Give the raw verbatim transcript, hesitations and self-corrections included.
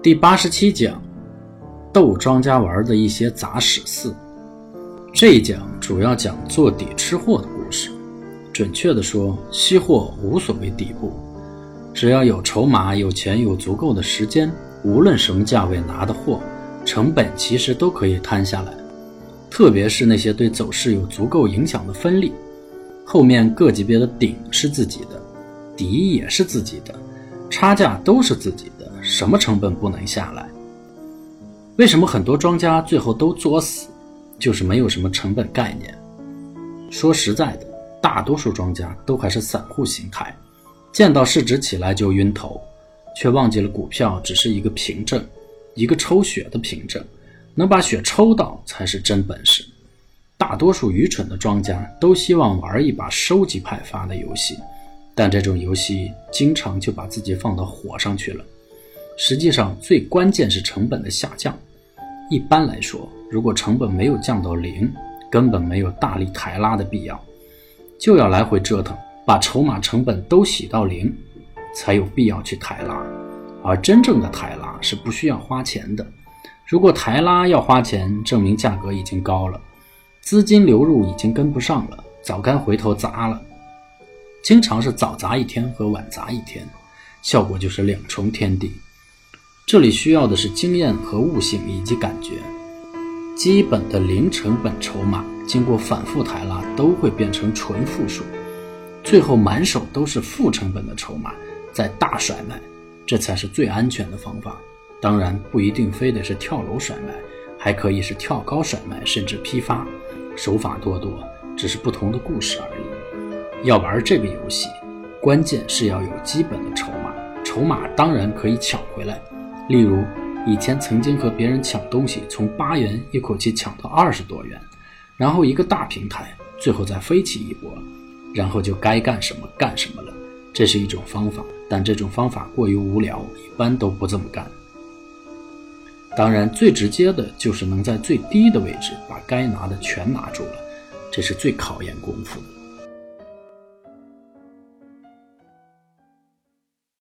第八十七讲，逗庄家玩的一些杂史四。这一讲主要讲做底吃货的故事。准确地说，吸货无所谓底部，只要有筹码、有钱、有足够的时间，无论什么价位拿的货，成本其实都可以摊下来。特别是那些对走势有足够影响的分利，后面各级别的顶是自己的，底也是自己的，差价都是自己的，什么成本不能下来？为什么很多庄家最后都作死？就是没有什么成本概念。说实在的，大多数庄家都还是散户心态，见到市值起来就晕头，却忘记了股票只是一个凭证，一个抽血的凭证，能把血抽到才是真本事。大多数愚蠢的庄家都希望玩一把收集派发的游戏，但这种游戏经常就把自己放到火上去了。实际上最关键是成本的下降。一般来说，如果成本没有降到零，根本没有大力抬拉的必要，就要来回折腾，把筹码成本都洗到零，才有必要去抬拉。而真正的抬拉是不需要花钱的。如果抬拉要花钱，证明价格已经高了，资金流入已经跟不上了，早该回头砸了。经常是早砸一天和晚砸一天，效果就是两重天地。这里需要的是经验和悟性以及感觉。基本的零成本筹码经过反复抬拉都会变成纯负数，最后满手都是负成本的筹码，再大甩卖，这才是最安全的方法。当然不一定非得是跳楼甩卖，还可以是跳高甩卖，甚至批发，手法多多，只是不同的故事而已。要玩这个游戏，关键是要有基本的筹码，筹码当然可以抢回来。例如以前曾经和别人抢东西，从八元一口气抢到二十多元，然后一个大平台，最后再飞起一波，然后就该干什么干什么了。这是一种方法，但这种方法过于无聊，一般都不这么干。当然最直接的就是能在最低的位置把该拿的全拿住了，这是最考验功夫的。